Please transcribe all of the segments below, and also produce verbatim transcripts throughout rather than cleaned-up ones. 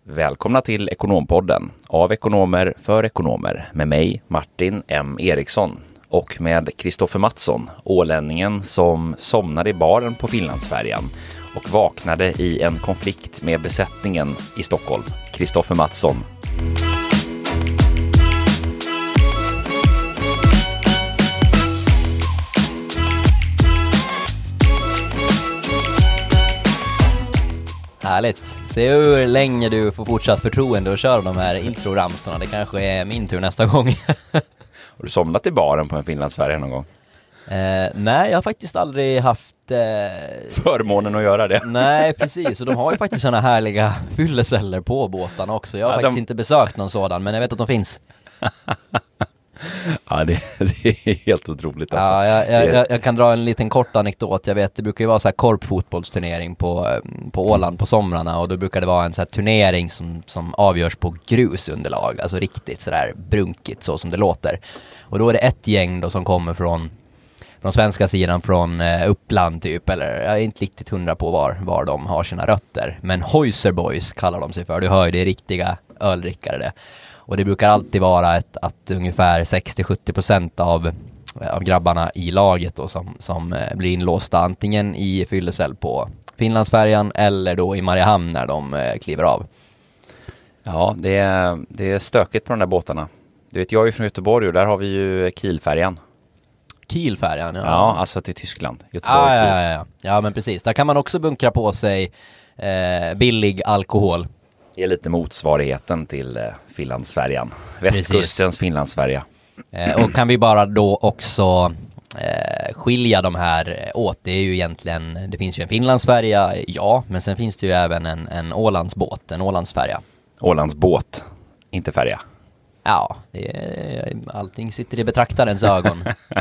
Välkomna till Ekonompodden av ekonomer för ekonomer med mig Martin M. Eriksson och med Kristoffer Mattsson, ålänningen som somnade i baren på Finlandsfärjan och vaknade i en konflikt med besättningen i Stockholm. Kristoffer Mattsson. Härligt. Se hur länge du får fortsatt förtroende att köra de här introramsorna. Det kanske är min tur nästa gång. Har du somnat i baren på en Finlandsfärja någon gång? Eh, nej, jag har faktiskt aldrig haft... Eh... Förmånen att göra det. Nej, precis. Och de har ju faktiskt såna härliga fylleceller på båtarna också. Jag har ja, faktiskt de... inte besökt någon sådan, men jag vet att de finns. Ja, det, det är helt otroligt alltså. Ja, jag, jag, jag, jag kan dra en liten kort anekdot. Jag vet, det brukar ju vara så här korpfotbollsturnering på, på Åland på somrarna. Och då brukar det vara en så här turnering som, som avgörs på grusunderlag. Alltså riktigt sådär brunkigt så som det låter. Och då är det ett gäng då som kommer från, från svenska sidan, från eh, Uppland typ. Eller jag är inte riktigt hundra på var, var de har sina rötter. Men Hoyser Boys kallar de sig för. Du hör ju, det är riktiga öldrickare det. Och det brukar alltid vara ett, att ungefär sextio till sjuttio procent av, av grabbarna i laget då, som, som blir inlåsta antingen i fyllecell på Finlandsfärjan eller då i Mariehamn när de eh, kliver av. Ja, det är, det är stökigt på de där båtarna. Du vet, jag är ju från Göteborg och där har vi ju Kielfärjan. Kielfärjan, ja. Ja, alltså till Tyskland. Göteborg, ah, ja, ja, ja. ja, men precis. Där kan man också bunkra på sig eh, billig alkohol. Det är lite motsvarigheten till eh, Finlandsfärjan. Västkustens Finlandsfärja. Eh, och kan vi bara då också eh, skilja de här åt. Det är ju egentligen, det finns ju en Finlandsfärja, ja, men sen finns det ju även en, en Ålandsbåt, en Ålandsfärja. Ålandsbåt, inte färja. Ja, det är, allting sitter i betraktarens ögon.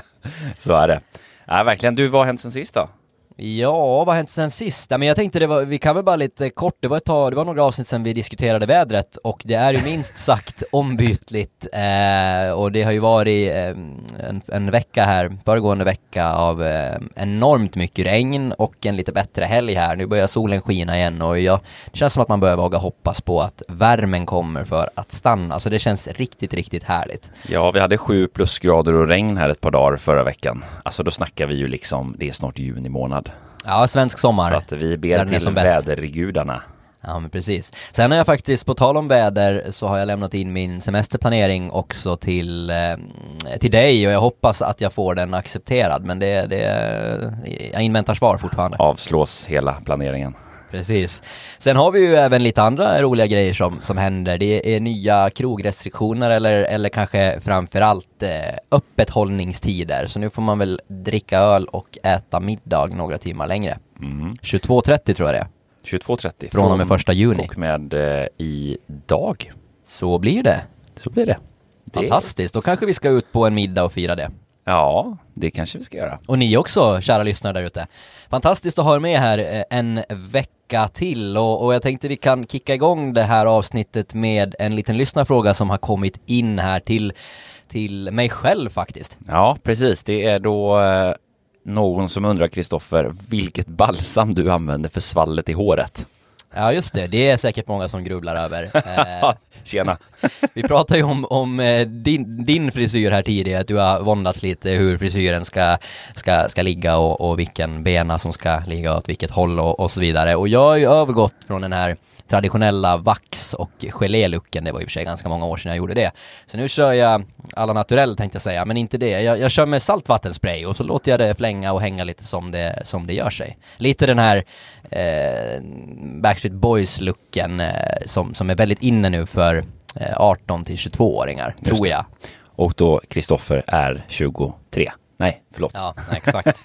Så är det. Ja, verkligen. Du, vad har hänt sen sist då? Ja, vad har hänt sen sist? Men jag tänkte, det var, vi kan väl bara lite kort, det var, ett tag, det var några avsnitt sedan vi diskuterade vädret och det är ju minst sagt ombytligt eh, och det har ju varit eh, en, en vecka här, föregående vecka av eh, enormt mycket regn och en lite bättre helg här. Nu börjar solen skina igen och jag, det känns som att man börjar våga hoppas på att värmen kommer för att stanna, så det känns riktigt, riktigt härligt. Ja, vi hade sju plusgrader och regn här ett par dagar förra veckan. Alltså då snackar vi ju liksom, det är snart juni månad. Ja, svensk sommar. Så att vi ber till vädergudarna. Ja, men precis. Sen har jag faktiskt, på tal om väder, så har jag lämnat in min semesterplanering också till, eh, till dig och jag hoppas att jag får den accepterad. Men det, det, jag inväntar svar fortfarande. Avslås hela planeringen. Precis. Sen har vi ju även lite andra roliga grejer som, som händer. Det är nya krogrestriktioner eller, eller kanske framförallt eh, öppethållningstider. Så nu får man väl dricka öl och äta middag några timmar längre. Mm. tjugotvå trettio tror jag det är. tjugotvå trettio. Från och med första juni. Och med eh, idag. Så blir det. Så blir det. det Fantastiskt. Då kanske vi ska ut på en middag och fira det. Ja, det kanske vi ska göra. Och ni också, kära lyssnare där ute. Fantastiskt att ha er med här en vecka till. Och, och jag tänkte vi kan kicka igång det här avsnittet med en liten lyssnarfråga som har kommit in här till, till mig själv faktiskt. Ja, precis. Det är då eh, någon som undrar, Kristoffer, vilket balsam du använder för svallet i håret. Ja, just det. Det är säkert många som grubblar över. Eh, Tjena. Vi pratar ju om, om eh, din, din frisyr här tidigare. Att du har våndats lite hur frisyren ska, ska, ska ligga och, och vilken bena som ska ligga åt vilket håll och, och så vidare. Och jag har ju övergått från den här traditionella vax- och gelé-looken. Det var i och för sig ganska många år sedan jag gjorde det. Så nu kör jag alla naturell, tänkte jag säga, men inte det. Jag, jag kör med saltvattenspray och så låter jag det flänga och hänga lite som det, som det gör sig. Lite den här eh, Backstreet Boys-looken eh, som, som är väldigt inne nu för eh, arton till tjugotvå-åringar, tror jag. Och då Kristoffer är tjugotre. Nej, förlåt. Ja, exakt.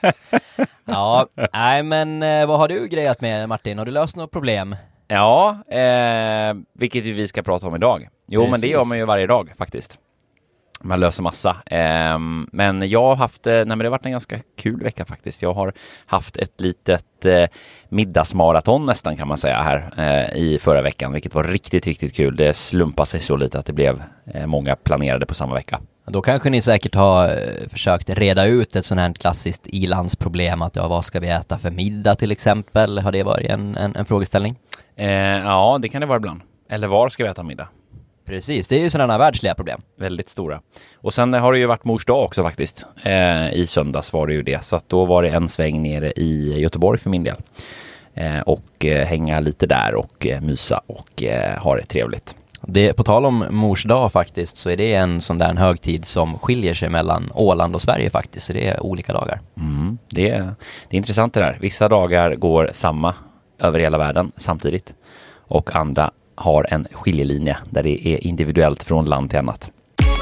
Ja, nej men eh, vad har du grejat med, Martin? Har du löst något problem? Ja, eh, vilket vi ska prata om idag. Jo, Precis. Men det gör man ju varje dag faktiskt. Man löser massa. Eh, men jag har haft, nej men det har varit en ganska kul vecka faktiskt. Jag har haft ett litet eh, middagsmaraton nästan kan man säga här eh, i förra veckan. Vilket var riktigt, riktigt kul. Det slumpade sig så lite att det blev eh, många planerade på samma vecka. Då kanske ni säkert har eh, försökt reda ut ett sånt här klassiskt ilandsproblem. Att ja, vad ska vi äta för middag till exempel? Har det varit en, en, en frågeställning? Eh, ja, det kan det vara ibland. Eller var ska vi äta middag? Precis, det är ju sådana världsliga problem. Väldigt stora. Och sen har det ju varit mors dag också faktiskt. Eh, I söndags var det ju det. Så att då var det en sväng nere i Göteborg för min del. Eh, och eh, hänga lite där och eh, mysa och eh, ha det trevligt. Det, på tal om mors dag faktiskt, så är det en sån där en högtid som skiljer sig mellan Åland och Sverige faktiskt. Så det är olika dagar. Mm, det, är, det är intressant det där. Vissa dagar går samma över hela världen samtidigt. Och andra har en skiljelinje där det är individuellt från land till annat.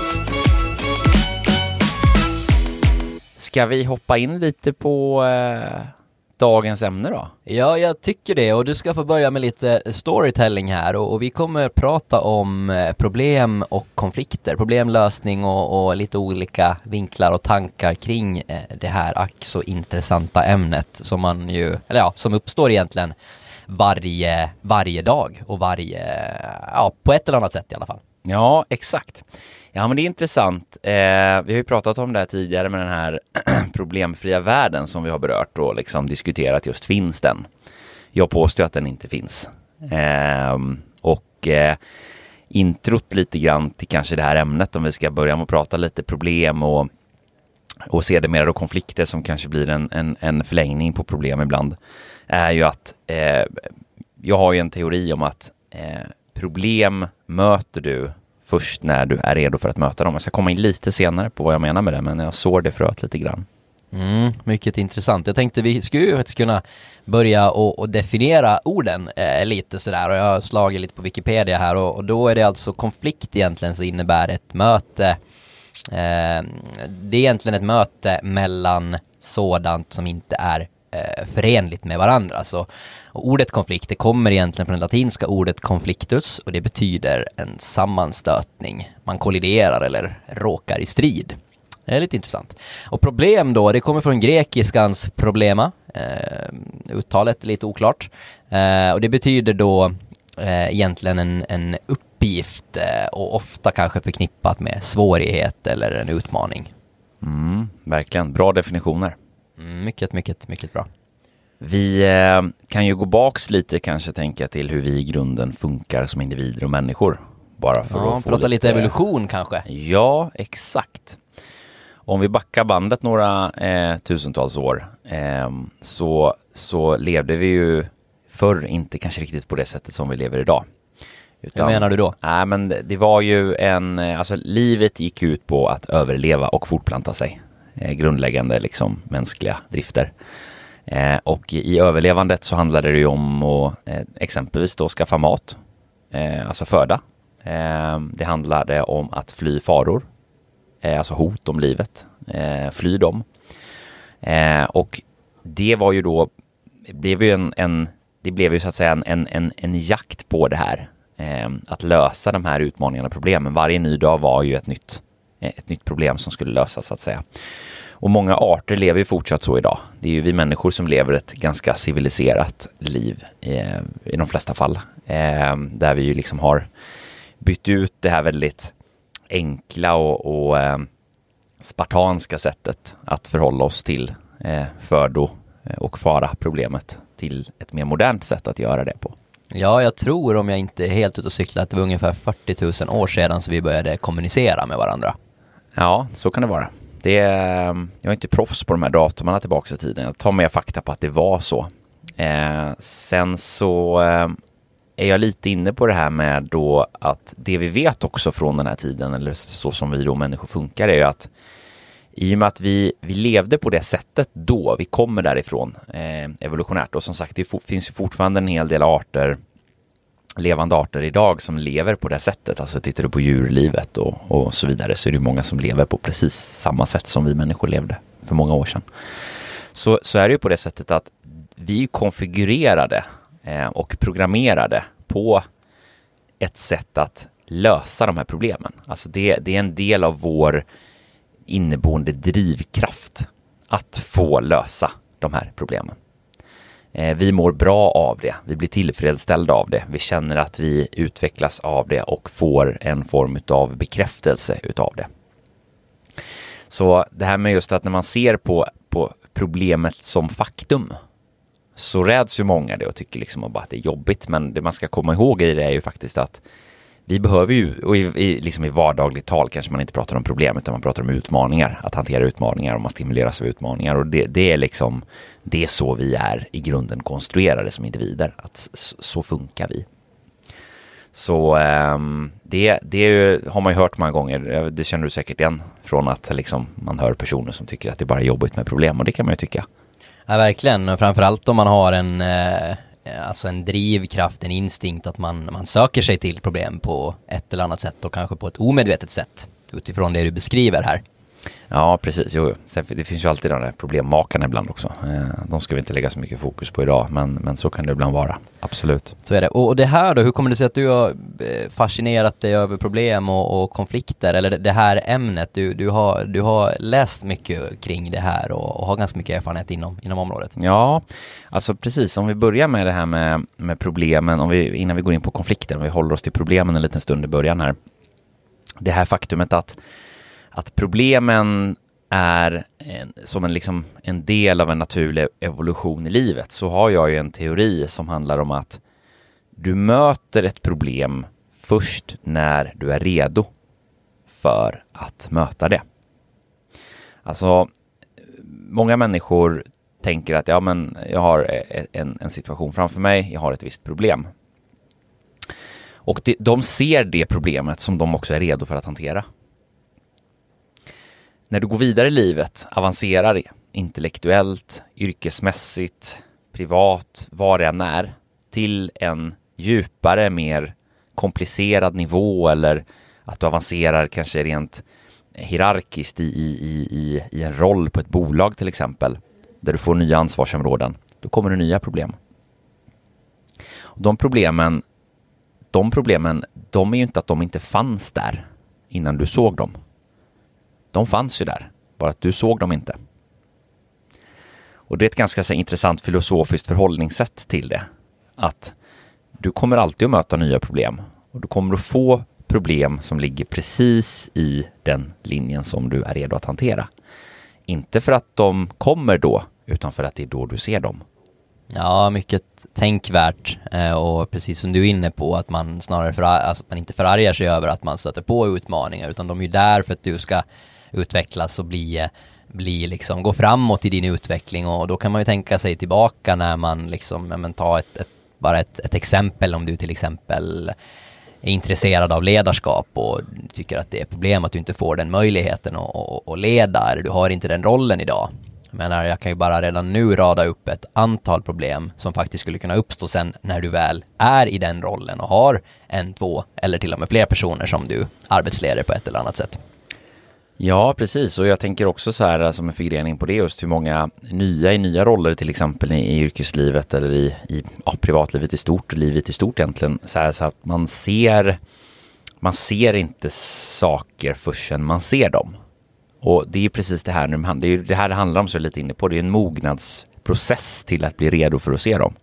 Ska vi hoppa in lite på eh, dagens ämne då? Ja, jag tycker det, och du ska få börja med lite storytelling här, och, och vi kommer prata om eh, problem och konflikter, problemlösning och, och lite olika vinklar och tankar kring eh, det här ack så intressanta ämnet som man ju, eller ja, som uppstår egentligen varje, varje dag och varje, ja, på ett eller annat sätt i alla fall. Ja, exakt. Ja, men det är intressant. Eh, vi har ju pratat om det här tidigare med den här problemfria världen som vi har berört och liksom diskuterat, just finns den? Jag påstår att den inte finns. Eh, och eh, introt lite grann till kanske det här ämnet, om vi ska börja med att prata lite problem och, och se det mer då konflikter som kanske blir en, en, en förlängning på problem ibland, är ju att eh, jag har ju en teori om att eh, problem möter du först när du är redo för att möta dem. Jag ska komma in lite senare på vad jag menar med det, men jag såg det fröet lite grann. Mm, mycket intressant. Jag tänkte vi skulle ju faktiskt kunna börja och, och definiera orden eh, lite sådär, och jag har slagit lite på Wikipedia här, och, och då är det alltså konflikt egentligen, så innebär ett möte eh, det är egentligen ett möte mellan sådant som inte är eh, förenligt med varandra. Så, och ordet konflikt, det kommer egentligen från det latinska ordet conflictus, och det betyder en sammanstötning. Man kolliderar eller råkar i strid. Det är lite intressant. Och problem då, det kommer från grekiskans problema. Eh, uttalet är lite oklart. Eh, och det betyder då eh, egentligen en, en uppgift eh, och ofta kanske förknippat med svårighet eller en utmaning. Mm, verkligen. Bra definitioner. Mm, mycket, mycket, mycket bra. Vi eh, kan ju gå baks lite, kanske tänka till hur vi i grunden funkar som individer och människor. Bara för ja, att få prata lite, lite evolution kanske. Ja, exakt. Om vi backar bandet några eh, tusentals år eh, så, så levde vi ju förr inte kanske riktigt på det sättet som vi lever idag. Utan, hur menar du då? Nej, men det, det var ju en, alltså livet gick ut på att överleva och fortplanta sig. Eh, grundläggande liksom mänskliga drifter. Eh, och i överlevandet så handlade det ju om att eh, exempelvis då skaffa mat, eh, alltså föda. Eh, det handlade om att fly faror. Alltså hot om livet, eh, fly dem. Eh, och det var ju då, det blev ju en, en det blev ju så att säga en, en, en, en jakt på det här. Eh, att lösa de här utmaningarna och problemen. Varje ny dag var ju ett nytt, ett nytt problem som skulle lösas så att säga. Och många arter lever ju fortsatt så idag. Det är ju vi människor som lever ett ganska civiliserat liv eh, i de flesta fall. Eh, där vi ju liksom har bytt ut det här väldigt enkla och, och eh, spartanska sättet att förhålla oss till eh, födo och fara problemet till ett mer modernt sätt att göra det på. Ja, jag tror, om jag inte är helt ute och cyklar, att det var ungefär fyrtio tusen år sedan så vi började kommunicera med varandra. Ja, så kan det vara. Det är, jag är inte proffs på de här datumarna tillbaka i tiden. Jag tar med fakta på att det var så. Eh, sen så eh, är jag lite inne på det här med då att det vi vet också från den här tiden, eller så som vi då människor funkar, är ju att i och med att vi, vi levde på det sättet då, vi kommer därifrån eh, evolutionärt, och som sagt det for, finns ju fortfarande en hel del arter, levande arter idag som lever på det sättet. Alltså tittar du på djurlivet och, och så vidare, så är det många som lever på precis samma sätt som vi människor levde för många år sedan. Så, så är det ju på det sättet att vi konfigurerade eh, och programmerade på ett sätt att lösa de här problemen. Alltså det, det är en del av vår inneboende drivkraft att få lösa de här problemen. Eh, vi mår bra av det. Vi blir tillfredsställda av det. Vi känner att vi utvecklas av det och får en form av bekräftelse utav det. Så det här med just att när man ser på, på problemet som faktum, så räds ju många det och tycker liksom bara att det är jobbigt. Men det man ska komma ihåg i det är ju faktiskt att vi behöver ju, och i, i, liksom i vardagligt tal kanske man inte pratar om problem utan man pratar om utmaningar, att hantera utmaningar och man stimuleras av utmaningar. Och det, det är liksom, det är så vi är i grunden konstruerade som individer, att så, så funkar vi. Så um, det, det är ju, har man ju hört många gånger, det känner du säkert igen från att liksom, man hör personer som tycker att det bara är jobbigt med problem, och det kan man ju tycka. Ja, verkligen, och framförallt om man har en, eh, alltså en drivkraft, en instinkt att man, man söker sig till problem på ett eller annat sätt och kanske på ett omedvetet sätt utifrån det du beskriver här. Ja, precis. Jo, sen, det finns ju alltid de där problemmakarna ibland också. De ska vi inte lägga så mycket fokus på idag, men, men så kan det ibland vara. Absolut. Så är det. Och det här då, hur kommer det sig att du har fascinerat dig över problem och, och konflikter, eller det här ämnet? Du, du, har, du har läst mycket kring det här och, och har ganska mycket erfarenhet inom, inom området. Ja, alltså precis. Om vi börjar med det här med, med problemen, om vi, innan vi går in på konflikter, om vi håller oss till problemen en liten stund i början här. Det här faktumet att Att problemen är en, som en, liksom, en del av en naturlig evolution i livet, så har jag ju en teori som handlar om att du möter ett problem först när du är redo för att möta det. Alltså, många människor tänker att ja, men jag har en, en situation framför mig, jag har ett visst problem. Och det, de ser det problemet som de också är redo för att hantera. När du går vidare i livet, avancerar intellektuellt, yrkesmässigt, privat, vad det än är, till en djupare, mer komplicerad nivå, eller att du avancerar kanske rent hierarkiskt i, i, i, i en roll på ett bolag till exempel, där du får nya ansvarsområden, då kommer det nya problem. Och de problemen, de problemen, de är ju inte att de inte fanns där innan du såg dem. De fanns ju där, bara att du såg dem inte. Och det är ett ganska så intressant filosofiskt förhållningssätt till det. Att du kommer alltid att möta nya problem. Och du kommer att få problem som ligger precis i den linjen som du är redo att hantera. Inte för att de kommer då, utan för att det är då du ser dem. Ja, mycket tänkvärt, och precis som du är inne på, att man snarare för, alltså att man inte förargar sig över att man stöter på utmaningar, utan de är ju där för att du ska utvecklas och bli, bli liksom, gå framåt i din utveckling. Och då kan man ju tänka sig tillbaka när man liksom, men ta ett, ett, bara ett, ett exempel, om du till exempel är intresserad av ledarskap och tycker att det är problem att du inte får den möjligheten att, att, att leda, eller du har inte den rollen idag. Men jag kan ju bara redan nu rada upp ett antal problem som faktiskt skulle kunna uppstå sen när du väl är i den rollen och har en, två eller till och med fler personer som du arbetsleder på ett eller annat sätt. Ja, precis. Och jag tänker också så här, som en förgrening på det, just hur många nya i nya roller till exempel i, i yrkeslivet eller i, i ja, privatlivet i stort, livet i stort egentligen, så, här, så att man ser man ser inte saker förrän man ser dem. Och det är ju precis det här nu, det är ju det här det handlar om, så lite inne på, det är en mognadsprocess till att bli redo för att se dem.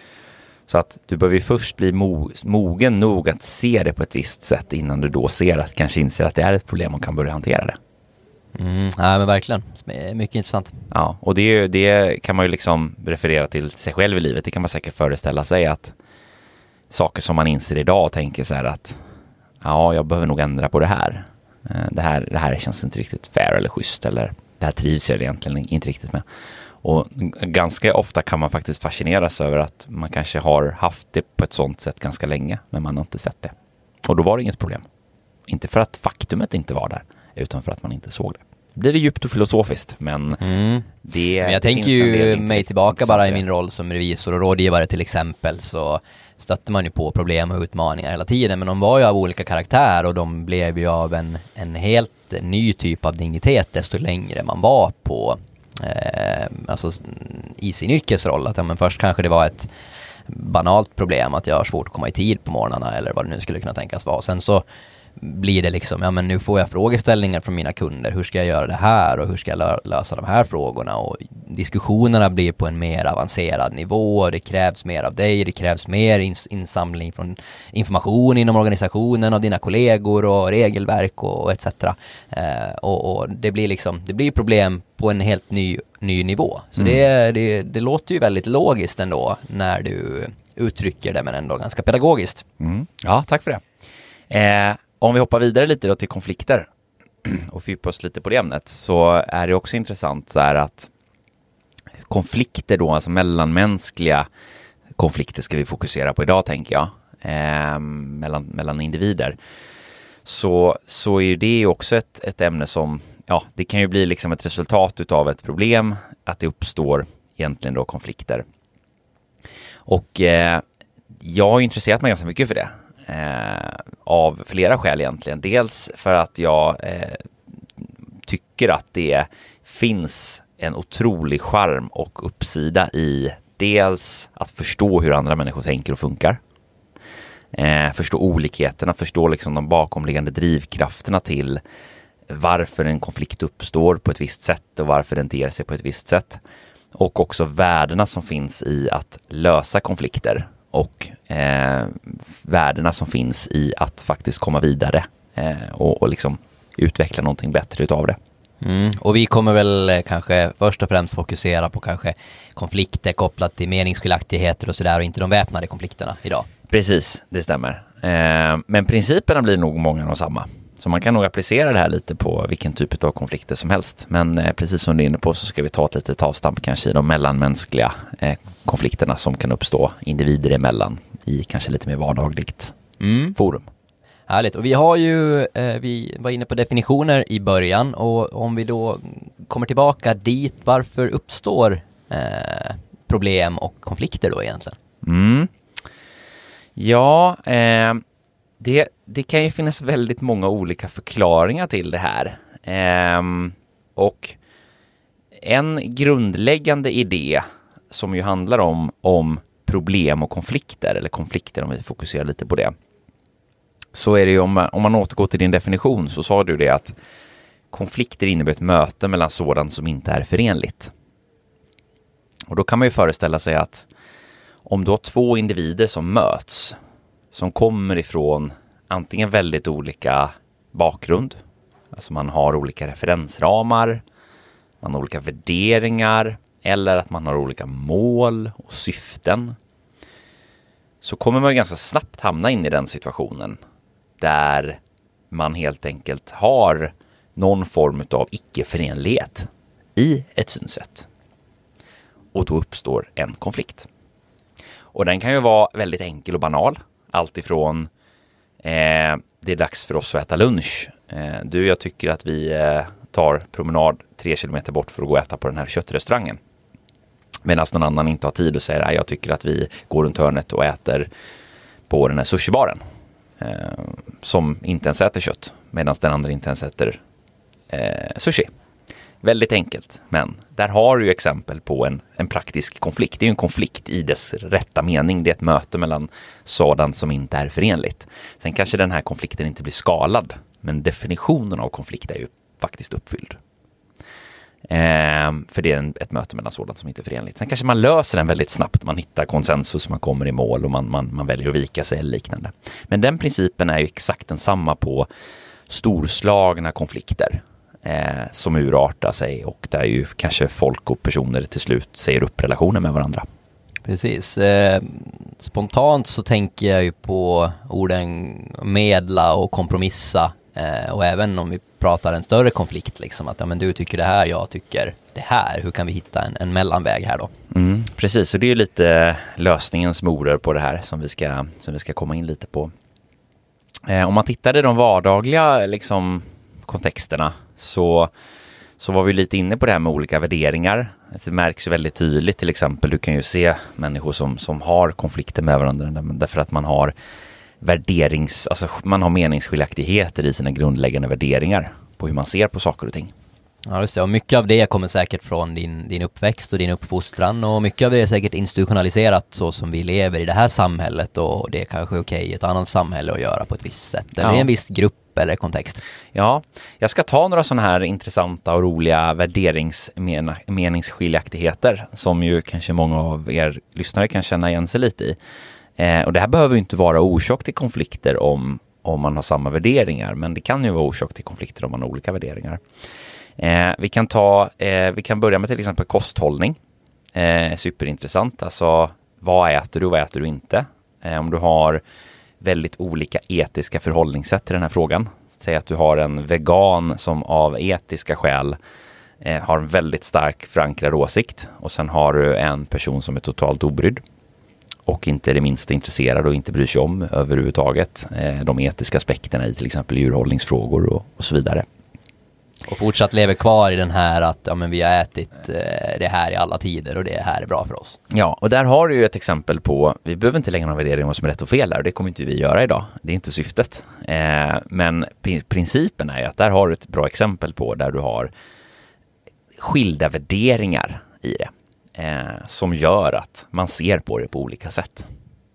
Så att du behöver först bli mogen nog att se det på ett visst sätt innan du då ser att, kanske inser att det är ett problem och kan börja hantera det. Mm, ja, men verkligen. Mycket intressant. Ja, och det, det kan man ju liksom referera till sig själv i livet. Det kan man säkert föreställa sig, att saker som man inser idag och tänker så här att ja, jag behöver nog ändra på det här. Det här, det här känns inte riktigt fair eller schysst, eller det här trivs jag egentligen inte riktigt med. Och ganska ofta kan man faktiskt fascineras över att man kanske har haft det på ett sånt sätt ganska länge, men man har inte sett det. Och då var det inget problem. Inte för att faktumet inte var där, utan för att man inte såg det. Det blir det djupt och filosofiskt, men mm. det men jag det tänker ju mig tillbaka bara i min roll som revisor och rådgivare till exempel, så stötte man ju på problem och utmaningar hela tiden, men de var ju av olika karaktär och de blev ju av en, en helt ny typ av dignitet desto längre man var på eh, alltså i sin yrkesroll. Att ja, men först kanske det var ett banalt problem att jag har svårt att komma i tid på morgnarna eller vad det nu skulle kunna tänkas vara. Sen så blir det liksom, ja men nu får jag frågeställningar från mina kunder. Hur ska jag göra det här och hur ska jag lö- lösa de här frågorna? Och diskussionerna blir på en mer avancerad nivå. Det krävs mer av dig, det krävs mer ins- insamling från information inom organisationen av dina kollegor och regelverk och, och et cetera. Eh, och, och det blir liksom, det blir problem på en helt ny, ny nivå. Så mm. det, det, det låter ju väldigt logiskt ändå när du uttrycker det, men ändå ganska pedagogiskt. Mm. Ja, tack för det. Eh, om vi hoppar vidare lite då till konflikter och fördjupar oss lite på det ämnet, så är det också intressant så här att konflikter då, alltså mellanmänskliga konflikter ska vi fokusera på idag, tänker jag, eh, mellan, mellan individer. Så, så är det ju också ett, ett ämne som, ja, det kan ju bli liksom ett resultat utav ett problem, att det uppstår egentligen då konflikter. Och eh, jag har intresserat mig ganska mycket för det. Eh, av flera skäl egentligen. Dels för att jag eh, tycker att det finns en otrolig charm och uppsida i dels att förstå hur andra människor tänker och funkar. Eh, förstå olikheterna, förstå liksom de bakomliggande drivkrafterna till varför en konflikt uppstår på ett visst sätt och varför den ter sig på ett visst sätt. Och också värdena som finns i att lösa konflikter och eh, värdena som finns i att faktiskt komma vidare eh, och, och liksom utveckla någonting bättre utav det. Mm. Och vi kommer väl kanske först och främst fokusera på kanske konflikter kopplat till meningsskiljaktigheter och sådär och inte de väpnade konflikterna idag. Precis, det stämmer. Eh, men principerna blir nog många och samma. Så man kan nog applicera det här lite på vilken typ av konflikter som helst. Men eh, precis som du är inne på så ska vi ta ett litet avstamp kanske i de mellanmänskliga eh, konflikterna som kan uppstå individer emellan i kanske lite mer vardagligt mm. forum. Härligt. Och vi har ju, eh, vi var inne på definitioner i början, och om vi då kommer tillbaka dit, varför uppstår eh, problem och konflikter då egentligen? Mm. Ja, eh, det, det kan ju finnas väldigt många olika förklaringar till det här. Eh, och en grundläggande idé som ju handlar om, om problem och konflikter, eller konflikter om vi fokuserar lite på det, så är det ju, om man, om man återgår till din definition, så sa du det att konflikter innebär ett möte mellan sådant som inte är förenligt. Och då kan man ju föreställa sig att om du har två individer som möts, som kommer ifrån antingen väldigt olika bakgrund, alltså man har olika referensramar, man har olika värderingar, eller att man har olika mål och syften, så kommer man ganska snabbt hamna in i den situationen där man helt enkelt har någon form av icke-förenlighet i ett synsätt. Och då uppstår en konflikt. Och den kan ju vara väldigt enkel och banal. Allt ifrån eh, det är dags för oss att äta lunch. Eh, du, jag tycker att vi eh, tar promenad tre kilometer bort för att gå och äta på den här köttrestaurangen. Medan någon annan inte har tid och säger att jag tycker att vi går runt hörnet och äter på den här sushibaren. Eh, som inte ens äter kött. Medan den andra inte ens äter eh, sushi. Väldigt enkelt, men där har du ju exempel på en, en praktisk konflikt. Det är ju en konflikt i dess rätta mening. Det är ett möte mellan sådant som inte är förenligt. Sen kanske den här konflikten inte blir skalad, men definitionen av konflikt är ju faktiskt uppfylld. Eh, för det är en, ett möte mellan sådant som inte är förenligt. Sen kanske man löser den väldigt snabbt. Man hittar konsensus, man kommer i mål och man, man, man väljer att vika sig eller liknande. Men den principen är ju exakt densamma på storslagna konflikter. Eh, som urartar sig och där ju kanske folk och personer till slut säger upp relationer med varandra. Precis. Eh, spontant så tänker jag ju på orden medla och kompromissa. Eh, och även om vi pratar en större konflikt, liksom att ja, men du tycker det här, jag tycker det här. Hur kan vi hitta en, en mellanväg här då? Mm, precis, och det är ju lite lösningens moder på det här som vi ska, som vi ska komma in lite på. Eh, om man tittar i de vardagliga liksom, kontexterna så, så var vi lite inne på det här med olika värderingar. Det märks väldigt tydligt, till exempel. Du kan ju se människor som, som har konflikter med varandra därför att man har värderings, alltså man har meningsskiljaktigheter i sina grundläggande värderingar på hur man ser på saker och ting. Ja, just det. Och mycket av det kommer säkert från din, din uppväxt och din uppfostran, och mycket av det är säkert institutionaliserat så som vi lever i det här samhället, och det är kanske okej i ett annat samhälle att göra på ett visst sätt. Eller ja. i en viss grupp begrepp eller kontext? Ja, jag ska ta några sådana här intressanta och roliga värderingsmeningsskiljaktigheter som ju kanske många av er lyssnare kan känna igen sig lite i. Eh, och det här behöver ju inte vara orsak till konflikter om, om man har samma värderingar, men det kan ju vara orsak till konflikter om man har olika värderingar. Eh, vi, kan ta, eh, vi kan börja med till exempel kosthållning. Eh, superintressant, alltså vad äter du och vad äter du inte? Eh, om du har väldigt olika etiska förhållningssätt till den här frågan. Säg att du har en vegan som av etiska skäl eh, har en väldigt stark förankrad åsikt, och sen har du en person som är totalt obrydd och inte är det minsta intresserad och inte bryr sig om överhuvudtaget eh, de etiska aspekterna i till exempel djurhållningsfrågor och, och så vidare. Och fortsatt lever kvar i den här att ja, men vi har ätit eh, det här i alla tider och det här är bra för oss. Ja, och där har du ju ett exempel på, vi behöver inte lägga någon värdering om vad som är rätt och fel där, och det kommer inte vi göra idag. Det är inte syftet. Eh, men pr- principen är ju att där har du ett bra exempel på där du har skilda värderingar i det. Eh, som gör att man ser på det på olika sätt.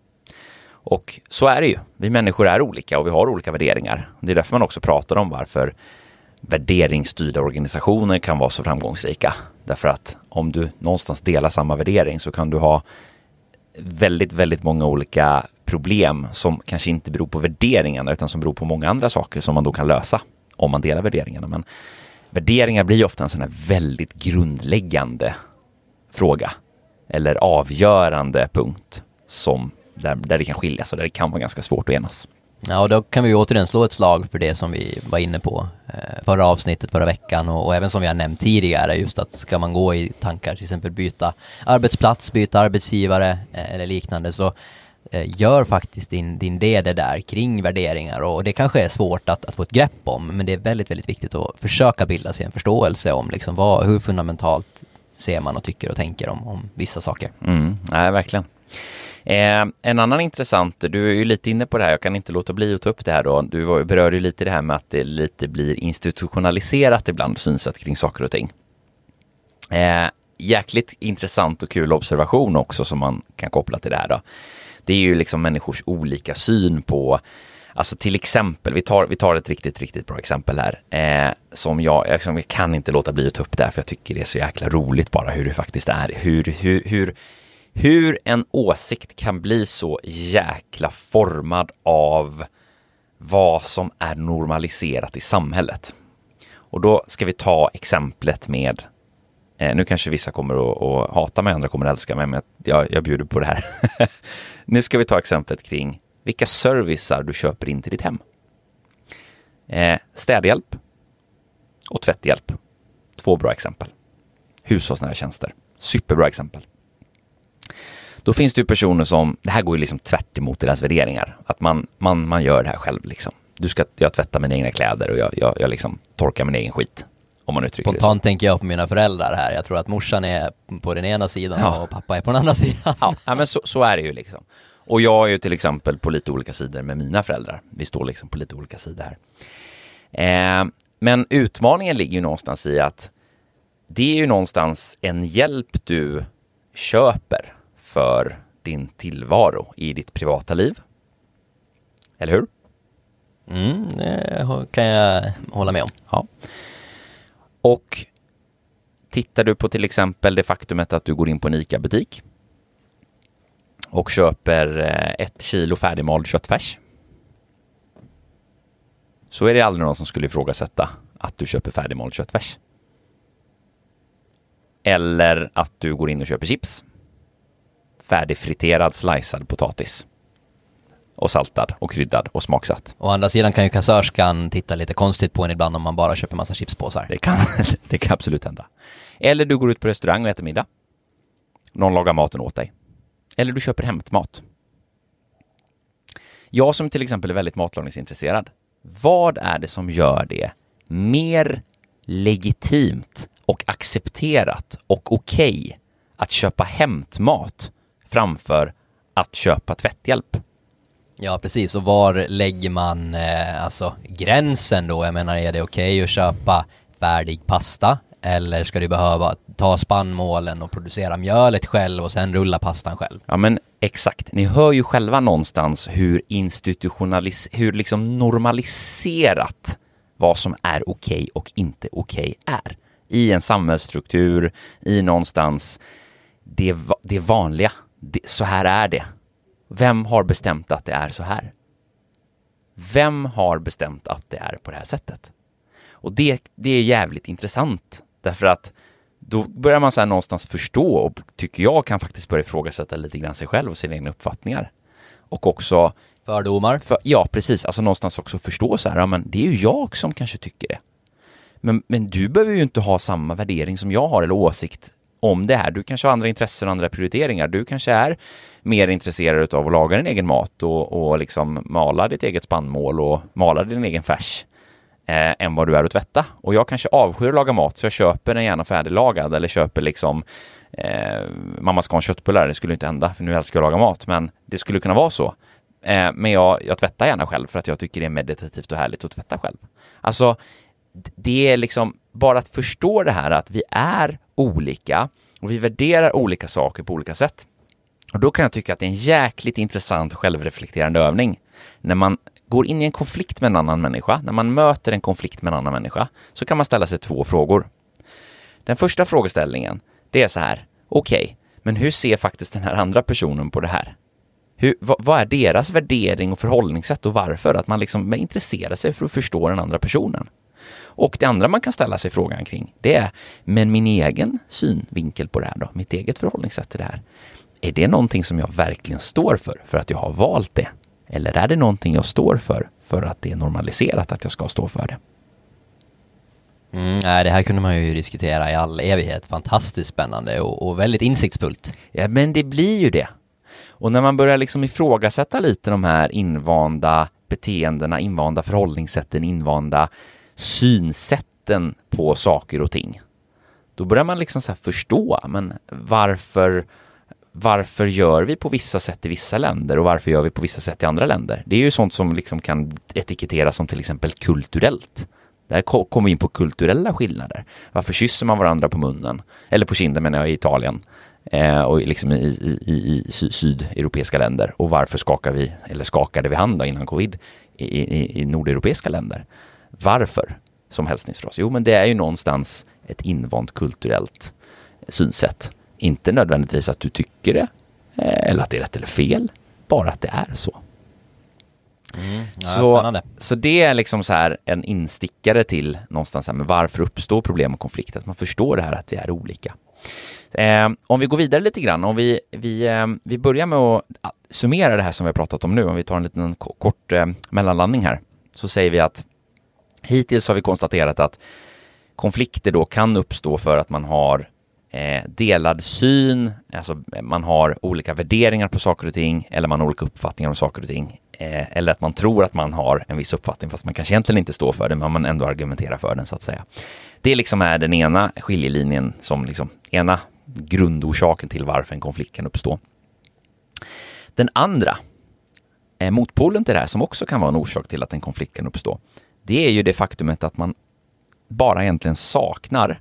Och så är det ju. Vi människor är olika och vi har olika värderingar. Det är därför man också pratar om varför värderingsstyrda organisationer kan vara så framgångsrika. Därför att om du någonstans delar samma värdering så kan du ha väldigt, väldigt många olika problem som kanske inte beror på värderingarna utan som beror på många andra saker som man då kan lösa om man delar värderingarna. Men värderingar blir ofta en sån här väldigt grundläggande fråga eller avgörande punkt som där, där det kan skiljas och där det kan vara ganska svårt att enas. Ja, och då kan vi återigen slå ett slag för det som vi var inne på eh, förra avsnittet, förra veckan och, och även som vi har nämnt tidigare, just att ska man gå i tankar, till exempel byta arbetsplats, byta arbetsgivare eh, eller liknande, så eh, gör faktiskt din, din D D där kring värderingar, och det kanske är svårt att, att få ett grepp om, men det är väldigt, väldigt viktigt att försöka bilda sig en förståelse om liksom vad, hur fundamentalt ser man och tycker och tänker om, om vissa saker. Mm, nej, verkligen. Eh, en annan intressant, du är ju lite inne på det här, jag kan inte låta bli att ta upp det här då. Du berörde ju lite det här med att det lite blir institutionaliserat ibland, synsätt kring saker och ting. Eh, jäkligt intressant och kul observation också som man kan koppla till det här då. Det är ju liksom människors olika syn på, alltså till exempel, vi tar, vi tar ett riktigt, riktigt bra exempel här. Eh, som jag, jag, jag kan inte låta bli att ta upp det här för jag tycker det är så jäkla roligt bara hur det faktiskt är. Hur, hur, hur Hur en åsikt kan bli så jäkla formad av vad som är normaliserat i samhället. Och då ska vi ta exemplet med, eh, nu kanske vissa kommer att, att hata mig, andra kommer att älska mig, men jag, jag bjuder på det här. Nu ska vi ta exemplet kring vilka servicer du köper in till ditt hem. Eh, städhjälp och tvätthjälp. Två bra exempel. Hushållsnära tjänster. Superbra exempel. Då finns det ju personer som, det här går ju liksom tvärt emot deras värderingar. Att man, man, man gör det här själv liksom. Du ska, jag tvättar mina egna kläder och jag, jag, jag liksom torkar min egen skit. Om man uttrycker det så. Spontant tänker jag på mina föräldrar här. Jag tror att morsan är på den ena sidan ja. och pappa är på den andra sidan. Ja, ja men så, så är det ju liksom. Och jag är ju till exempel på lite olika sidor med mina föräldrar. Vi står liksom på lite olika sidor här. Eh, men utmaningen ligger ju någonstans i att det är ju någonstans en hjälp du köper för din tillvaro i ditt privata liv. Eller hur? Mm, det kan jag hålla med om. Ja. Och tittar du på till exempel det faktumet att du går in på en ICA-butik och köper ett kilo färdigmald köttfärs, så är det aldrig någon som skulle ifrågasätta att du köper färdigmald köttfärs. Eller att du går in och köper chips. Färdigfriterad, slicead potatis. Och saltad och kryddad och smaksatt. Å andra sidan kan ju kassörskan titta lite konstigt på en ibland om man bara köper massa chipspåsar. Det kan, det kan absolut hända. Eller du går ut på restaurang och äter middag. Någon lagar maten åt dig. Eller du köper hämtmat. Jag som till exempel är väldigt matlagningsintresserad. Vad är det som gör det mer legitimt och accepterat och okej okay att köpa hämtmat framför att köpa tvätthjälp? Ja, precis. Och var lägger man eh, alltså gränsen då? Jag menar, är det okej okay att köpa färdig pasta Eller ska du behöva ta spannmålen och producera mjölet själv och sen rulla pastan själv? Ja, men exakt. Ni hör ju själva någonstans hur institutionalis- hur liksom normaliserat vad som är okej och inte okej är. I en samhällsstruktur, i någonstans det, det vanliga. Det, så här är det. Vem har bestämt att det är så här? Vem har bestämt att det är på det här sättet? Och det, det är jävligt intressant. Därför att då börjar man så här någonstans förstå och tycker jag kan faktiskt börja ifrågasätta lite grann sig själv och sina egna uppfattningar. Och också... Fördomar. För, ja, precis. Alltså någonstans också förstå så här, ja, men det är ju jag som kanske tycker det. Men, men du behöver ju inte ha samma värdering som jag har eller åsikt om det här. Du kanske har andra intressen och andra prioriteringar. Du kanske är mer intresserad av att laga din egen mat och, och liksom mala ditt eget spannmål och mala din egen färs eh, än vad du är att tvätta. Och jag kanske avskyr att laga mat så jag köper den gärna färdiglagad eller köper liksom eh, mamma ska ha en köttbullar. Det skulle inte hända för nu älskar jag att laga mat, men det skulle kunna vara så. Eh, men jag, jag tvättar gärna själv för att jag tycker det är meditativt och härligt att tvätta själv. Alltså det är liksom bara att förstå det här att vi är olika och vi värderar olika saker på olika sätt. Och då kan jag tycka att det är en jäkligt intressant självreflekterande övning. När man går in i en konflikt med en annan människa, när man möter en konflikt med en annan människa, så kan man ställa sig två frågor. Den första frågeställningen, det är så här: okej, okay, men hur ser faktiskt den här andra personen på det här? Hur, vad, vad är deras värdering och förhållningssätt och varför? Att man liksom intresserar sig för att förstå den andra personen. Och det andra man kan ställa sig frågan kring, det är, men min egen synvinkel på det här då, mitt eget förhållningssätt till det här, är det någonting som jag verkligen står för, för att jag har valt det? Eller är det någonting jag står för, för att det är normaliserat att jag ska stå för det? Mm, nej, det här kunde man ju diskutera i all evighet. Fantastiskt spännande och, och väldigt insiktsfullt. Ja, men det blir ju det. Och när man börjar liksom ifrågasätta lite de här invanda beteendena, invanda förhållningssätten, invanda synsätten på saker och ting, då börjar man liksom så här förstå, men varför varför gör vi på vissa sätt i vissa länder och varför gör vi på vissa sätt i andra länder? Det är ju sånt som liksom kan etiketteras som till exempel kulturellt. Där kommer vi in på kulturella skillnader. Varför kysser man varandra på munnen? Eller på kinden menar jag i Italien. Eh, och liksom i, i, i, i sydeuropeiska länder. Och varför skakar vi, eller skakade vi hand då innan covid i, i, i nordeuropeiska länder? Varför som hälsningsfras? Jo, men det är ju någonstans ett invant kulturellt synsätt. Inte nödvändigtvis att du tycker det, eh, eller att det är rätt eller fel. Bara att det är så. Mm, ja, så, så det är liksom så här en instickare till någonstans här, men varför uppstår problem och konflikter? Att man förstår det här att vi är olika. Eh, om vi går vidare lite grann, om vi, vi, eh, vi börjar med att summera det här som vi har pratat om nu, om vi tar en liten kort eh, mellanlandning här, så säger vi att hittills har vi konstaterat att konflikter då kan uppstå för att man har eh, delad syn, alltså man har olika värderingar på saker och ting, eller man har olika uppfattningar om saker och ting, eh, eller att man tror att man har en viss uppfattning fast man kanske egentligen inte står för den, men man ändå argumenterar för den så att säga. Det liksom är den ena skiljelinjen, som liksom ena grundorsaken till varför en konflikt kan uppstå. Den andra eh, motpolen till det här, som också kan vara en orsak till att en konflikt kan uppstå, det är ju det faktumet att man bara egentligen saknar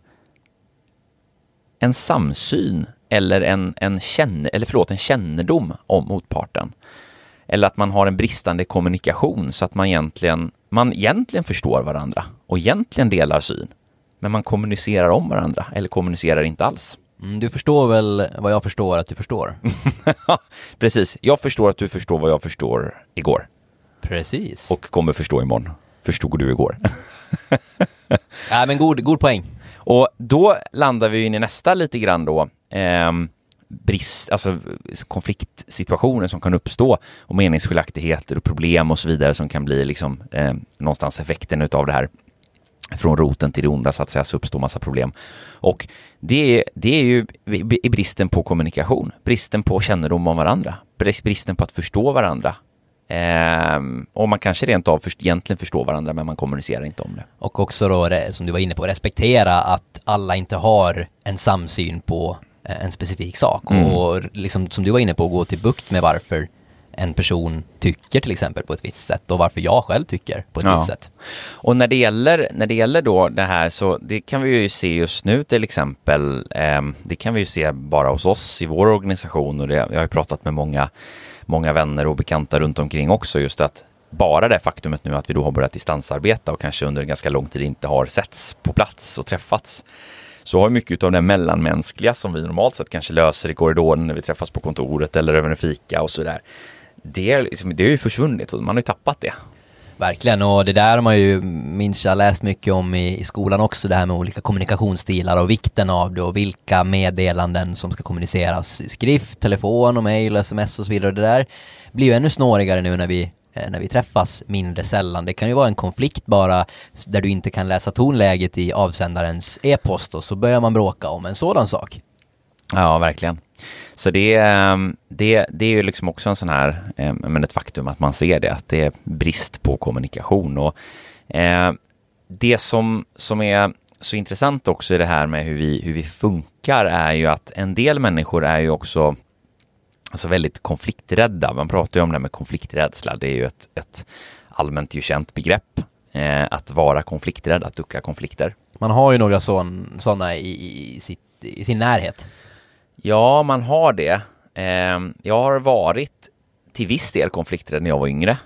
en samsyn eller en, en, känne, eller förlåt, en kännedom om motparten. Eller att man har en bristande kommunikation så att man egentligen, man egentligen förstår varandra och egentligen delar syn. Men man kommunicerar om varandra eller kommunicerar inte alls. Mm, du förstår väl vad jag förstår att du förstår? Precis, jag förstår att du förstår vad jag förstår igår. Precis. Och kommer förstå imorgon. Förstod du igår? Ja, men god, god poäng. Och då landar vi in i nästa lite grann då. Eh, brist, alltså konfliktsituationer som kan uppstå och meningsskiljaktigheter och problem och så vidare som kan bli liksom eh, någonstans effekten utav det här. Från roten till det onda så att säga, så uppstår massa problem. Och det är, det är ju i bristen på kommunikation, bristen på kännedom om varandra, bristen på att förstå varandra. Ehm, och man kanske rent av först, egentligen förstår varandra, men man kommunicerar inte om det. Och också då, som du var inne på, respektera att alla inte har en samsyn på en specifik sak. Mm. Och liksom, som du var inne på, gå till bukt med varför en person tycker till exempel på ett visst sätt och varför jag själv tycker på ett Ja. visst sätt. Och när det gäller, när det gäller då det här, så det kan vi ju se just nu till exempel, eh, det kan vi ju se bara hos oss i vår organisation, och det, jag har ju pratat med många, många vänner och bekanta runt omkring också, just att bara det faktumet nu att vi då har börjat distansarbeta och kanske under en ganska lång tid inte har setts på plats och träffats, så har mycket av det mellanmänskliga som vi normalt sett kanske löser i korridoren när vi träffas på kontoret eller över en fika och sådär, det är, liksom, det är ju försvunnit och man har ju tappat det. Verkligen, och det där har man ju, minst jag läst mycket om i, i skolan också, det här med olika kommunikationsstilar och vikten av det och vilka meddelanden som ska kommuniceras i skrift, telefon och mejl, sms och så vidare. Det där blir ju ännu snårigare nu när vi när vi träffas mindre sällan. Det kan ju vara en konflikt bara där du inte kan läsa tonläget i avsändarens e-post, och så börjar man bråka om en sådan sak. Ja, verkligen. Så det, det, det är ju liksom också en sån här, men ett faktum att man ser det, att det är brist på kommunikation. Och eh, det som, som är så intressant också i det här med hur vi, hur vi funkar är ju att en del människor är ju också alltså väldigt konflikträdda. Man pratar ju om det här med konflikträdsla. Det är ju ett, ett allmänt ju känt begrepp. Eh, att vara konflikträdd, att ducka konflikter. Man har ju några sådana i, i, sitt, i sin närhet. Ja, man har det. Eh, jag har varit till viss del konflikträdd när jag var yngre.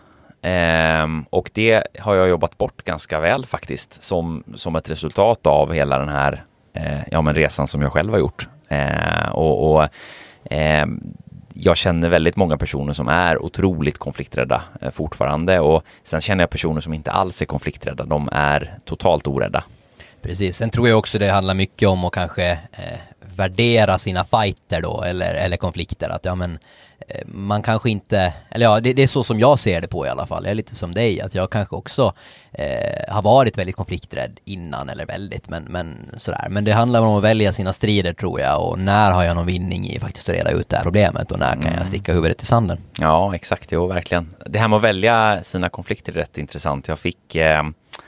Eh, och det har jag jobbat bort ganska väl faktiskt. Som, som ett resultat av hela den här eh, ja, men resan som jag själv har gjort. Eh, och... och eh, jag känner väldigt många personer som är otroligt konflikträdda eh, fortfarande, och sen känner jag personer som inte alls är konflikträdda. De är totalt orädda. Precis, sen tror jag också det handlar mycket om att kanske eh, värdera sina fighter då, eller, eller konflikter. Att ja, men eh, man kanske inte, eller ja, det, det är så som jag ser det på i alla fall. Jag är lite som dig, att jag kanske också eh, har varit väldigt konflikträdd innan, eller väldigt, men, men sådär. Men det handlar om att välja sina strider, tror jag, och när har jag någon vinning i faktiskt att reda ut det här problemet, och när kan jag sticka huvudet i sanden. Ja, exakt, jo, verkligen. Det här med att välja sina konflikter är rätt intressant. Jag fick eh,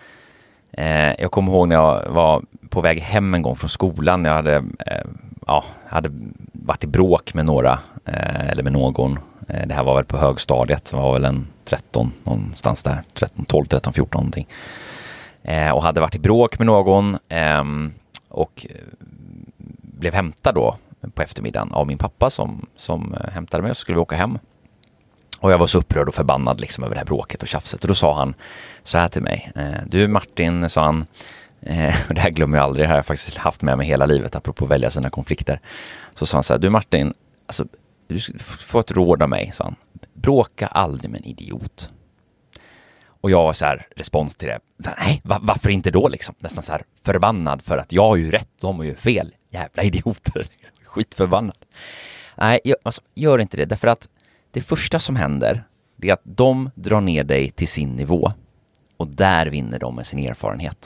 eh, jag kommer ihåg när jag var på väg hem en gång från skolan. Jag hade, eh, ja, hade varit i bråk med några, eh, eller med någon. Eh, det här var väl på högstadiet. Det var väl en tretton, någonstans där. tretton, tolv, tretton, fjorton någonting. Eh, och hade varit i bråk med någon. Eh, och blev hämtad då på eftermiddagen av min pappa som, som hämtade mig, och så skulle vi åka hem. Och jag var så upprörd och förbannad liksom över det här bråket och tjafset. Och då sa han så här till mig. Du Martin, sa han, och det här glömmer jag aldrig, det här har jag faktiskt haft med mig hela livet apropå att välja sina konflikter. Så sa han så här, du Martin, alltså, du får ett råd av mig, sa han. Bråka aldrig med en idiot. Och jag var så här, respons till det. Nej, va- varför inte då liksom? Nästan så här förbannad för att jag har ju rätt, de har ju fel. Jävla idioter. Liksom. Skitförbannad. Nej, jag, alltså, gör inte det. Därför att det första som händer, det är att de drar ner dig till sin nivå. Och där vinner de med sin erfarenhet.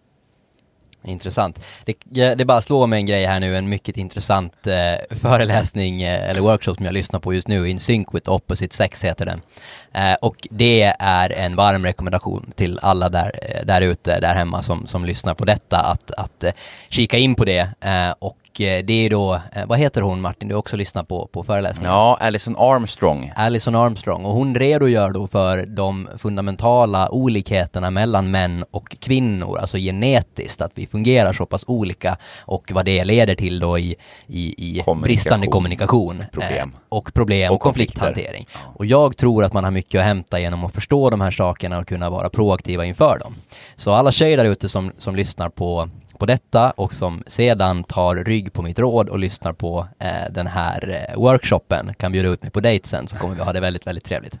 Intressant. Det, det bara slår mig en grej här nu, en mycket intressant eh, föreläsning eh, eller workshop som jag lyssnar på just nu, In Sync with Opposite Sex heter den. Eh, och det är en varm rekommendation till alla där, där ute, där hemma som, som lyssnar på detta, att, att eh, kika in på det. Eh, och det är då, eh, vad heter hon Martin? Du har också lyssnat på, på föreläsningen. Ja, Alison Armstrong. Alison Armstrong, och hon redogör då för de fundamentala olikheterna mellan män och kvinnor, alltså genetiskt, att vi fungerar så pass olika, och vad det leder till då i, i, i Kommunikation. bristande kommunikation Problem. eh, och problem och, Och konflikter. konflikthantering. Ja. Och jag tror att man har mycket att hämta genom att förstå de här sakerna och kunna vara proaktiva inför dem. Så alla tjejer där ute som, som lyssnar på på detta och som sedan tar rygg på mitt råd och lyssnar på eh, den här eh, workshopen kan bjuda ut mig på dejt sen, så kommer vi ha det väldigt, väldigt trevligt.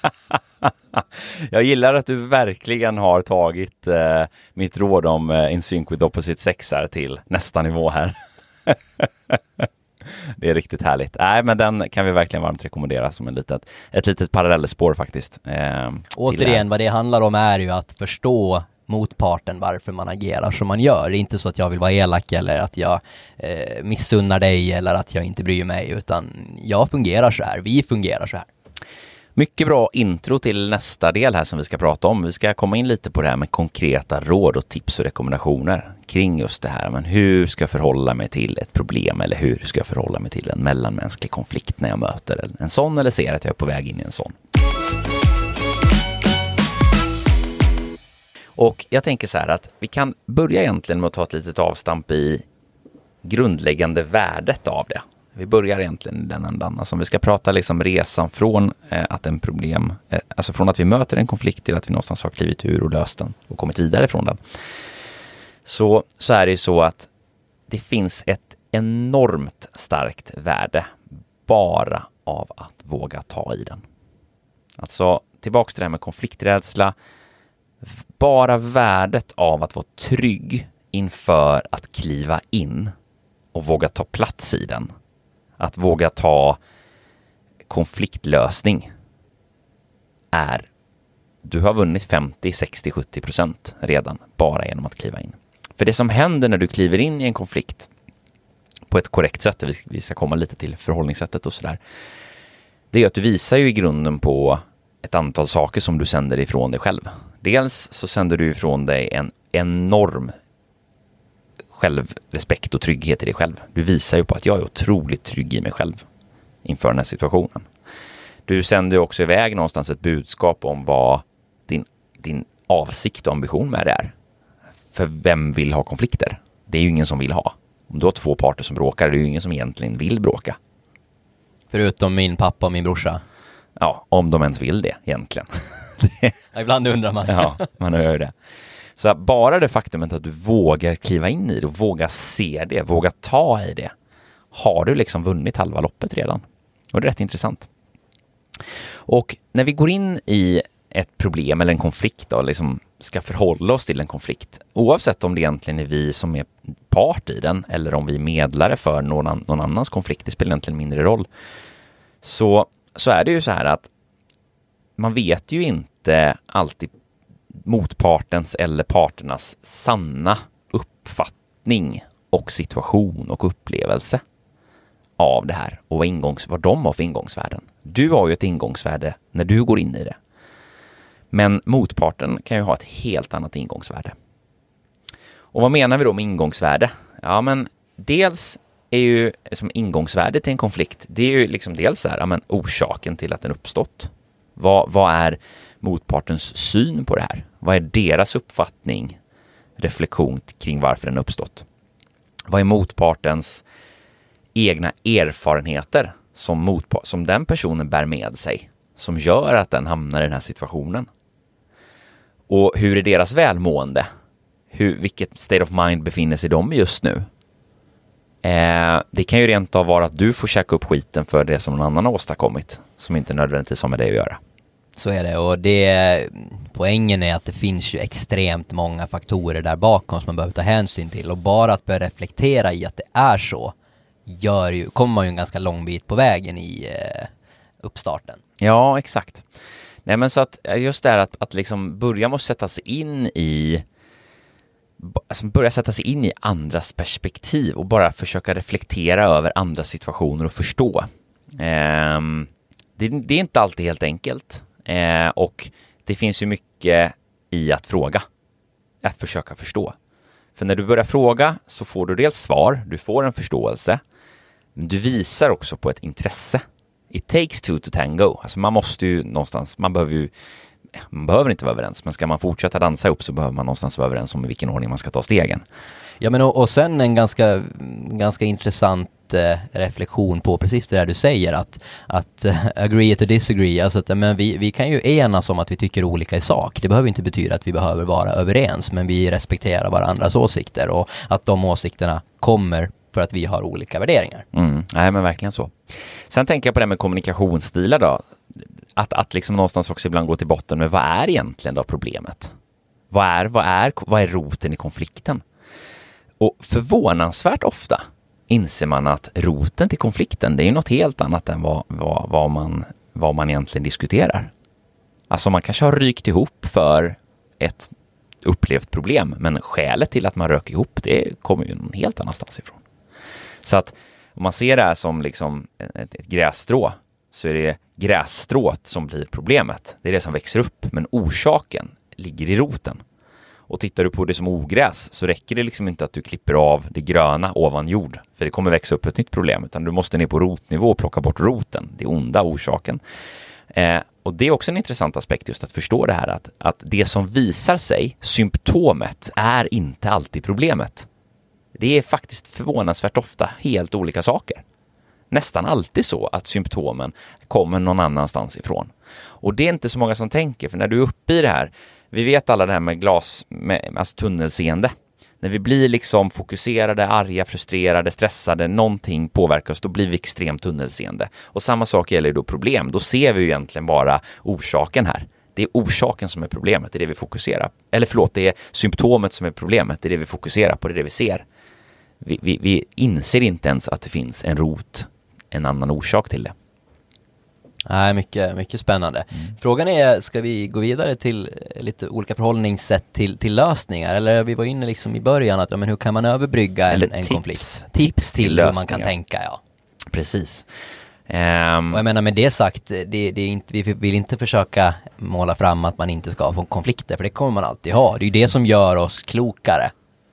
Jag gillar att du verkligen har tagit eh, mitt råd om eh, In Sync with Opposite Sex här till nästa nivå här. Det är riktigt härligt. Nej, men den kan vi verkligen varmt rekommendera som en litet, ett litet parallellspår faktiskt. Eh, Återigen, vad det handlar om är ju att förstå motparten, varför man agerar som man gör. Det är inte så att jag vill vara elak eller att jag eh, missunnar dig eller att jag inte bryr mig, utan jag fungerar så här, vi fungerar så här. Mycket bra intro till nästa del här som vi ska prata om. Vi ska komma in lite på det här med konkreta råd och tips och rekommendationer kring just det här. Men hur ska jag förhålla mig till ett problem eller hur ska jag förhålla mig till en mellanmänsklig konflikt när jag möter en sån eller ser att jag är på väg in i en sån. Och jag tänker så här att vi kan börja egentligen med att ta ett litet avstamp i grundläggande värdet av det. Vi börjar egentligen i den ändan. Alltså om vi ska prata liksom resan från eh, att en problem, eh, alltså från att vi möter en konflikt till att vi någonstans har klivit ur och löst den och kommit vidare från den. Så, så är det ju så att det finns ett enormt starkt värde bara av att våga ta i den. Alltså tillbaka till det här med konflikträdsla. Bara värdet av att vara trygg inför att kliva in och våga ta plats i den. Att våga ta konfliktlösning är, du har vunnit femtio, sextio, sjuttio procent redan bara genom att kliva in. För det som händer när du kliver in i en konflikt på ett korrekt sätt, vi ska komma lite till förhållningssättet och sådär, det är att du visar ju i grunden på ett antal saker som du sänder ifrån dig själv. Dels så sänder du ifrån dig en enorm självrespekt och trygghet i dig själv. Du visar ju på att jag är otroligt trygg i mig själv inför den här situationen. Du sänder ju också iväg någonstans ett budskap om vad din, din avsikt och ambition med det är. För vem vill ha konflikter? Det är ju ingen som vill ha. Om du har två parter som bråkar, det är ju ingen som egentligen vill bråka. Förutom min pappa och min brorsa. Ja, om de ens vill det egentligen. Ja, ibland undrar man. Ja, man hör det. Så bara det faktumet att du vågar kliva in i det och våga se det, våga ta i det, har du liksom vunnit halva loppet redan. Och det är rätt intressant. Och när vi går in i ett problem eller en konflikt då, liksom ska förhålla oss till en konflikt, oavsett om det egentligen är vi som är part i den eller om vi är medlare för någon, någon annans konflikt, det spelar egentligen mindre roll. Så, så är det ju så här att man vet ju inte alltid motpartens eller parternas sanna uppfattning och situation och upplevelse av det här och vad, ingångs, vad de har för ingångsvärden. Du har ju ett ingångsvärde när du går in i det. Men motparten kan ju ha ett helt annat ingångsvärde. Och vad menar vi då med ingångsvärde? Ja, men dels är ju som ingångsvärde till en konflikt, det är ju liksom dels så här, ja, men orsaken till att den uppstått. Vad, vad är motpartens syn på det här? Vad är deras uppfattning, reflektion kring varför den uppstått? Vad är motpartens egna erfarenheter som, motpart, som den personen bär med sig, som gör att den hamnar i den här situationen? Och hur är deras välmående? Hur, vilket state of mind befinner sig de just nu? Eh, det kan ju rent av vara att du får käka upp skiten för det som någon annan har åstadkommit, som inte nödvändigtvis har med det att göra. Så är det, och det, poängen är att det finns ju extremt många faktorer där bakom som man behöver ta hänsyn till, och bara att börja reflektera i att det är så gör ju, kommer man ju en ganska lång bit på vägen i eh, uppstarten. Ja, exakt. Nej, men så att just det här att, att liksom börja måste sätta sig in i alltså börja sätta sig in i andras perspektiv och bara försöka reflektera över andra situationer och förstå. Eh, det, det är inte alltid helt enkelt. Eh, och det finns ju mycket i att fråga. Att försöka förstå. För när du börjar fråga så får du dels svar, du får en förståelse. Men du visar också på ett intresse. It takes two to tango. Alltså man måste ju någonstans, man behöver ju man behöver inte vara överens, men ska man fortsätta dansa ihop så behöver man någonstans vara överens om i vilken ordning man ska ta stegen. Ja, men och, och sen en ganska, ganska intressant eh, reflektion på precis det där du säger, att, att uh, agree to disagree, alltså att men vi, vi kan ju enas om att vi tycker olika i sak. Det behöver inte betyda att vi behöver vara överens, men vi respekterar varandras åsikter och att de åsikterna kommer för att vi har olika värderingar. Mm, nej, men verkligen så. Sen tänker jag på det med kommunikationsstilar då. Att, att liksom någonstans också ibland gå till botten med vad är egentligen då problemet? Vad är, vad är, vad är roten i konflikten? Och förvånansvärt ofta inser man att roten till konflikten, det är något helt annat än vad, vad, vad, man, vad man egentligen diskuterar. Alltså man kanske har rykt ihop för ett upplevt problem, men skälet till att man rök ihop, det kommer ju någon helt annanstans ifrån. Så att om man ser det här som liksom ett, ett grässtrå, så är det grässtrået som blir problemet. Det är det som växer upp, men orsaken ligger i roten. Och tittar du på det som ogräs så räcker det liksom inte att du klipper av det gröna ovan jord, för det kommer växa upp ett nytt problem, utan du måste ner på rotnivå och plocka bort roten, det onda orsaken. Eh, och det är också en intressant aspekt just att förstå det här, att, att det som visar sig, symptomet, är inte alltid problemet. Det är faktiskt förvånansvärt ofta helt olika saker. Nästan alltid så att symptomen kommer någon annanstans ifrån. Och det är inte så många som tänker, för när du är uppe i det här, vi vet alla det här med glas, med, alltså tunnelseende. När vi blir liksom fokuserade, arga, frustrerade, stressade, någonting påverkar oss, då blir vi extremt tunnelseende. Och samma sak gäller då problem. Då ser vi ju egentligen bara orsaken här. Det är orsaken som är problemet, det är det vi fokuserar. Eller förlåt, det är symptomet som är problemet, det är det vi fokuserar på, det är det vi ser. Vi, vi, vi inser inte ens att det finns en rot, en annan orsak till det. Nej, mycket, mycket spännande. Mm. Frågan är, ska vi gå vidare till lite olika förhållningssätt till, till lösningar? Eller vi var inne liksom i början att ja, men hur kan man överbrygga en, en konflikt? Tips till, till hur man kan tänka, ja. Precis. Um, och jag menar med det sagt, det, det är inte, vi vill inte försöka måla fram att man inte ska få konflikter, för det kommer man alltid ha. Det är ju det som gör oss klokare.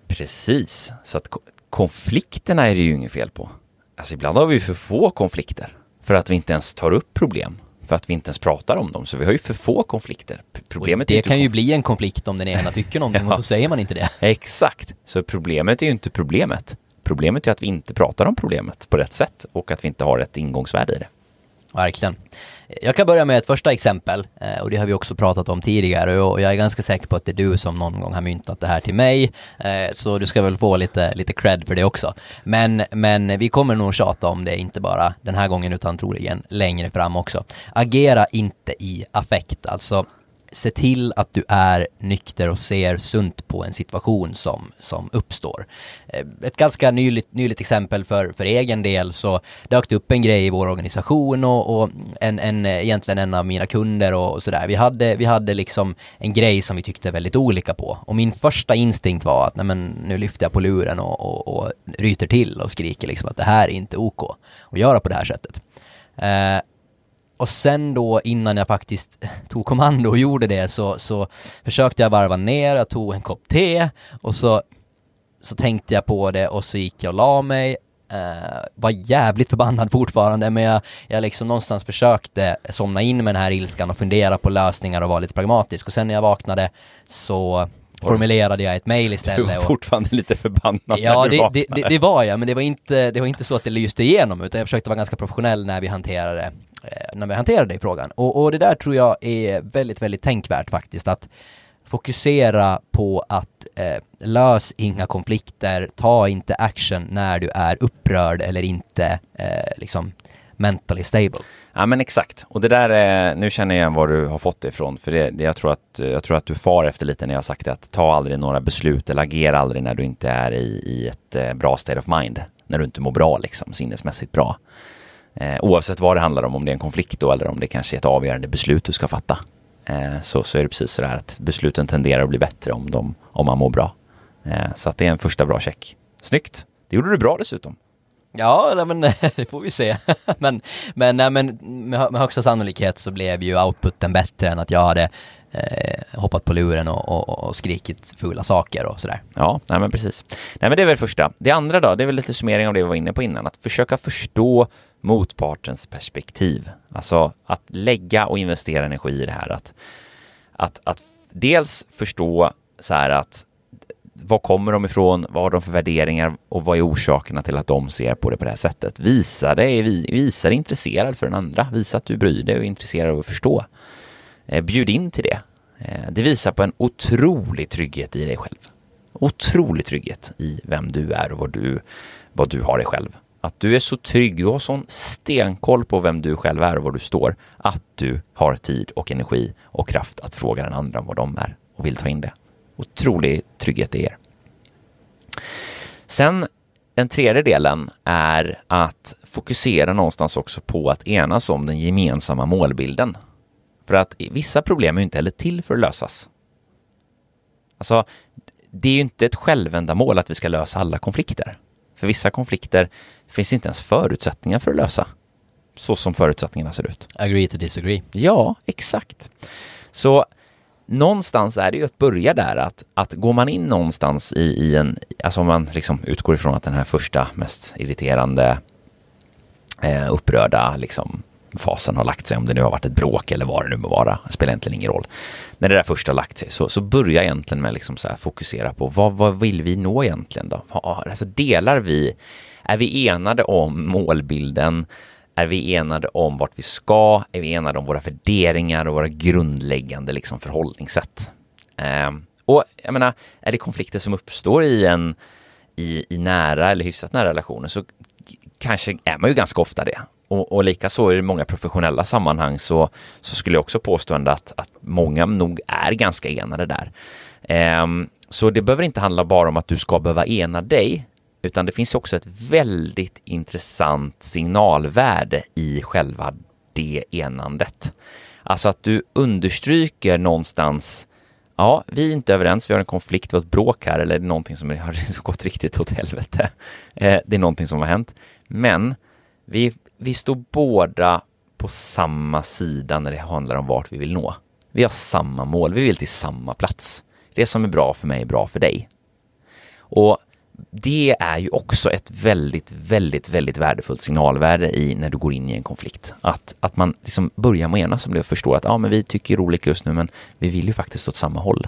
Precis, så att konflikterna är det ju inget fel på. Alltså ibland har vi ju för få konflikter. För att vi inte ens tar upp problem. För att vi inte ens pratar om dem. Så vi har ju för få konflikter. Problemet det är kan konf- ju bli en konflikt om den ena tycker någonting ja. Och så säger man inte det. Exakt. Så problemet är ju inte problemet. Problemet är att vi inte pratar om problemet på rätt sätt. Och att vi inte har ett ingångsvärde i det. Verkligen. Jag kan börja med ett första exempel. Och det har vi också pratat om tidigare. Och jag är ganska säker på att det är du som någon gång har myntat det här till mig. Så du ska väl få lite, lite cred för det också. Men, men vi kommer nog tjata om det, inte bara den här gången utan troligen längre fram också. Agera inte i affekt. Alltså se till att du är nykter och ser sunt på en situation som, som uppstår. Ett ganska nyligt, nyligt exempel för, för egen del, så dök det upp en grej i vår organisation och, och en, en, egentligen en av mina kunder och, och sådär. Vi hade, vi hade liksom en grej som vi tyckte väldigt olika på. Och min första instinkt var att nej men, nu lyfter jag på luren och, och, och ryter till och skriker liksom att det här är inte OK att göra på det här sättet. Eh, Och sen då innan jag faktiskt tog kommando och gjorde det så, så försökte jag varva ner, jag tog en kopp te och så, så tänkte jag på det och så gick jag och la mig. Uh, var jävligt förbannad fortfarande, men jag, jag liksom någonstans försökte somna in med den här ilskan och fundera på lösningar och vara lite pragmatisk. Och sen när jag vaknade så formulerade jag ett mejl istället. Du var fortfarande och, lite förbannad ja, när du det, vaknade. det, det, det var jag, men det var, inte, det var inte så att det lyste igenom, utan jag försökte vara ganska professionell när vi hanterade när vi hanterade i frågan. Och, och det där tror jag är väldigt, väldigt tänkvärt faktiskt, att fokusera på att eh, lös inga konflikter, ta inte action när du är upprörd eller inte eh, liksom mentally stable. Ja men exakt, och det där är, nu känner jag igen var du har fått det ifrån, för det, det, jag, tror att, jag tror att du far efter lite när jag har sagt det, att ta aldrig några beslut eller agera aldrig när du inte är i, i ett eh, bra state of mind, när du inte mår bra liksom, sinnesmässigt bra. Eh, oavsett vad det handlar om, om det är en konflikt då eller om det kanske är ett avgörande beslut du ska fatta, eh, så, så är det precis så där att besluten tenderar att bli bättre om, de, om man mår bra. Eh, så att det är en första bra check. Snyggt! Det gjorde du bra dessutom. Ja, men det får vi se. men, men, nej, men med, med högsta sannolikhet så blev ju outputen bättre än att jag hade eh, hoppat på luren och, och, och skrikit fula saker och sådär. Ja, nej men precis. Nej men det är väl första. Det andra då, det är väl lite summering av det vi var inne på innan. Att försöka förstå motpartens perspektiv. Alltså att lägga och investera energi i det här. Att, att, att dels förstå så här att var kommer de ifrån, vad har de för värderingar och vad är orsakerna till att de ser på det på det här sättet. Visa dig, visa dig intresserad för den andra. Visa att du bryr dig och är intresserad av att förstå. Eh, bjud in till det. Eh, det visar på en otrolig trygghet i dig själv. Otrolig trygghet i vem du är och vad du, vad du har dig själv. Att du är så trygg, du har sån stenkoll på vem du själv är och var du står, att du har tid och energi och kraft att fråga den andra vad de är och vill ta in det. Otrolig trygghet i er. Sen den tredje delen är att fokusera någonstans också på att enas om den gemensamma målbilden. För att vissa problem är ju inte heller till för att lösas. Alltså, det är ju inte ett självändamål att vi ska lösa alla konflikter. För vissa konflikter finns inte ens förutsättningar för att lösa. så som förutsättningarna ser ut. Agree to disagree. Ja, exakt. Så någonstans är det ju att börja där, att, att går man in någonstans i, i en, alltså om man liksom utgår ifrån att den här första mest irriterande eh, upprörda liksom fasen har lagt sig, om det nu har varit ett bråk eller vad det nu må vara, det spelar egentligen ingen roll. När det där första har lagt sig, så, så börja egentligen med liksom så här fokusera på vad, vad vill vi nå egentligen då? Alltså delar vi, är vi enade om målbilden? Är vi enade om vart vi ska? Är vi enade om våra värderingar och våra grundläggande liksom förhållningssätt? Eh, och jag menar, är det konflikter som uppstår i en i, i nära eller hyfsat nära relationer, så kanske är man ju ganska ofta det. Och, och lika så i många professionella sammanhang så, så skulle jag också påstå ändå att, att många nog är ganska enade där. Eh, så det behöver inte handla bara om att du ska behöva ena dig, utan det finns också ett väldigt intressant signalvärde i själva det enandet. Alltså att du understryker någonstans, ja, vi är inte överens, vi har en konflikt, vi har ett bråk här, eller det är någonting som har gått riktigt åt helvete. Eh, det är någonting som har hänt. Men vi, vi står båda på samma sida när det handlar om vart vi vill nå. Vi har samma mål, vi vill till samma plats. Det som är bra för mig är bra för dig. Och det är ju också ett väldigt, väldigt, väldigt värdefullt signalvärde i när du går in i en konflikt. Att, att man liksom börjar med ena som det och förstår att ja, men vi tycker olika just nu, men vi vill ju faktiskt åt samma håll.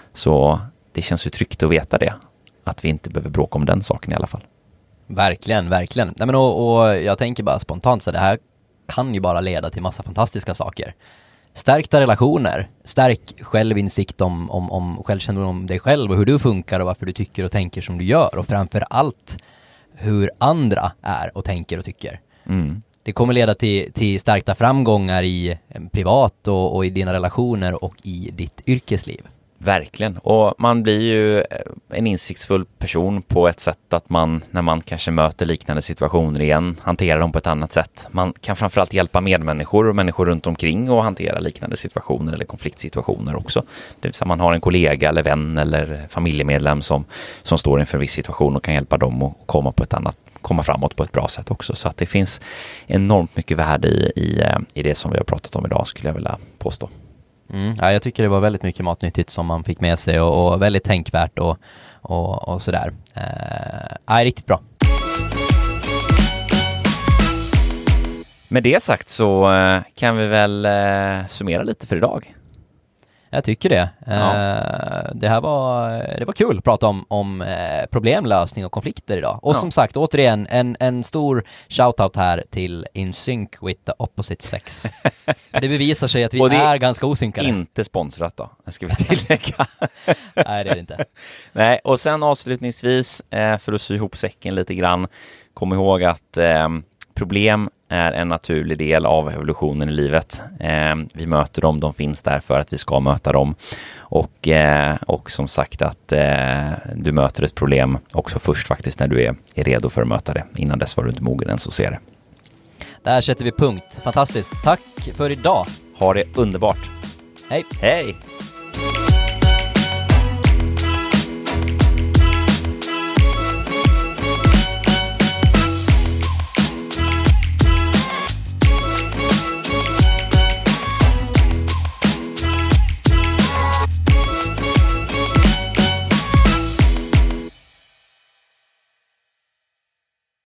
Så det känns ju tryggt att veta det. Att vi inte behöver bråka om den saken i alla fall. Verkligen, verkligen. Nej, men och, och jag tänker bara spontant så det här kan ju bara leda till massa fantastiska saker. Stärkta relationer, stärk självinsikt om, om, om självkännedom om dig själv och hur du funkar och varför du tycker och tänker som du gör, och framför allt hur andra är och tänker och tycker. Mm. Det kommer leda till, till stärkta framgångar i privat och, och i dina relationer och i ditt yrkesliv. Verkligen. Och man blir ju en insiktsfull person på ett sätt att man, när man kanske möter liknande situationer igen, hanterar dem på ett annat sätt. Man kan framförallt hjälpa medmänniskor och människor runt omkring och hantera liknande situationer eller konfliktsituationer också. Det vill säga man har en kollega eller vän eller familjemedlem som, som står inför en viss situation och kan hjälpa dem att komma på ett annat, komma framåt på ett bra sätt också. Så att det finns enormt mycket värde i, i, i det som vi har pratat om idag, skulle jag vilja påstå. Mm, ja, jag tycker det var väldigt mycket matnyttigt som man fick med sig och, och väldigt tänkvärt och, och, och sådär. Eh, ja, riktigt bra. Med det sagt så eh, kan vi väl eh, summera lite för idag. Jag tycker det. Ja. Eh, det här var, det var kul att prata om, om eh, problemlösning och konflikter idag. Och ja. som sagt, återigen, en, en stor shoutout här till In Sync with the Opposite Sex. Det bevisar sig att vi är, är ganska osynkade. Inte sponsrat då, ska vi tillägga. Nej, det är det inte. Nej, och sen avslutningsvis, eh, för att sy ihop säcken lite grann, kom ihåg att eh, problem är en naturlig del av evolutionen i livet. Eh, vi möter dem, de finns där för att vi ska möta dem. Och, eh, och som sagt att eh, du möter ett problem också först faktiskt när du är, är redo för att möta det. Innan dess var du inte mogen ens att se det. Där sätter vi punkt. Fantastiskt. Tack för idag. Ha det underbart. Hej. Hej.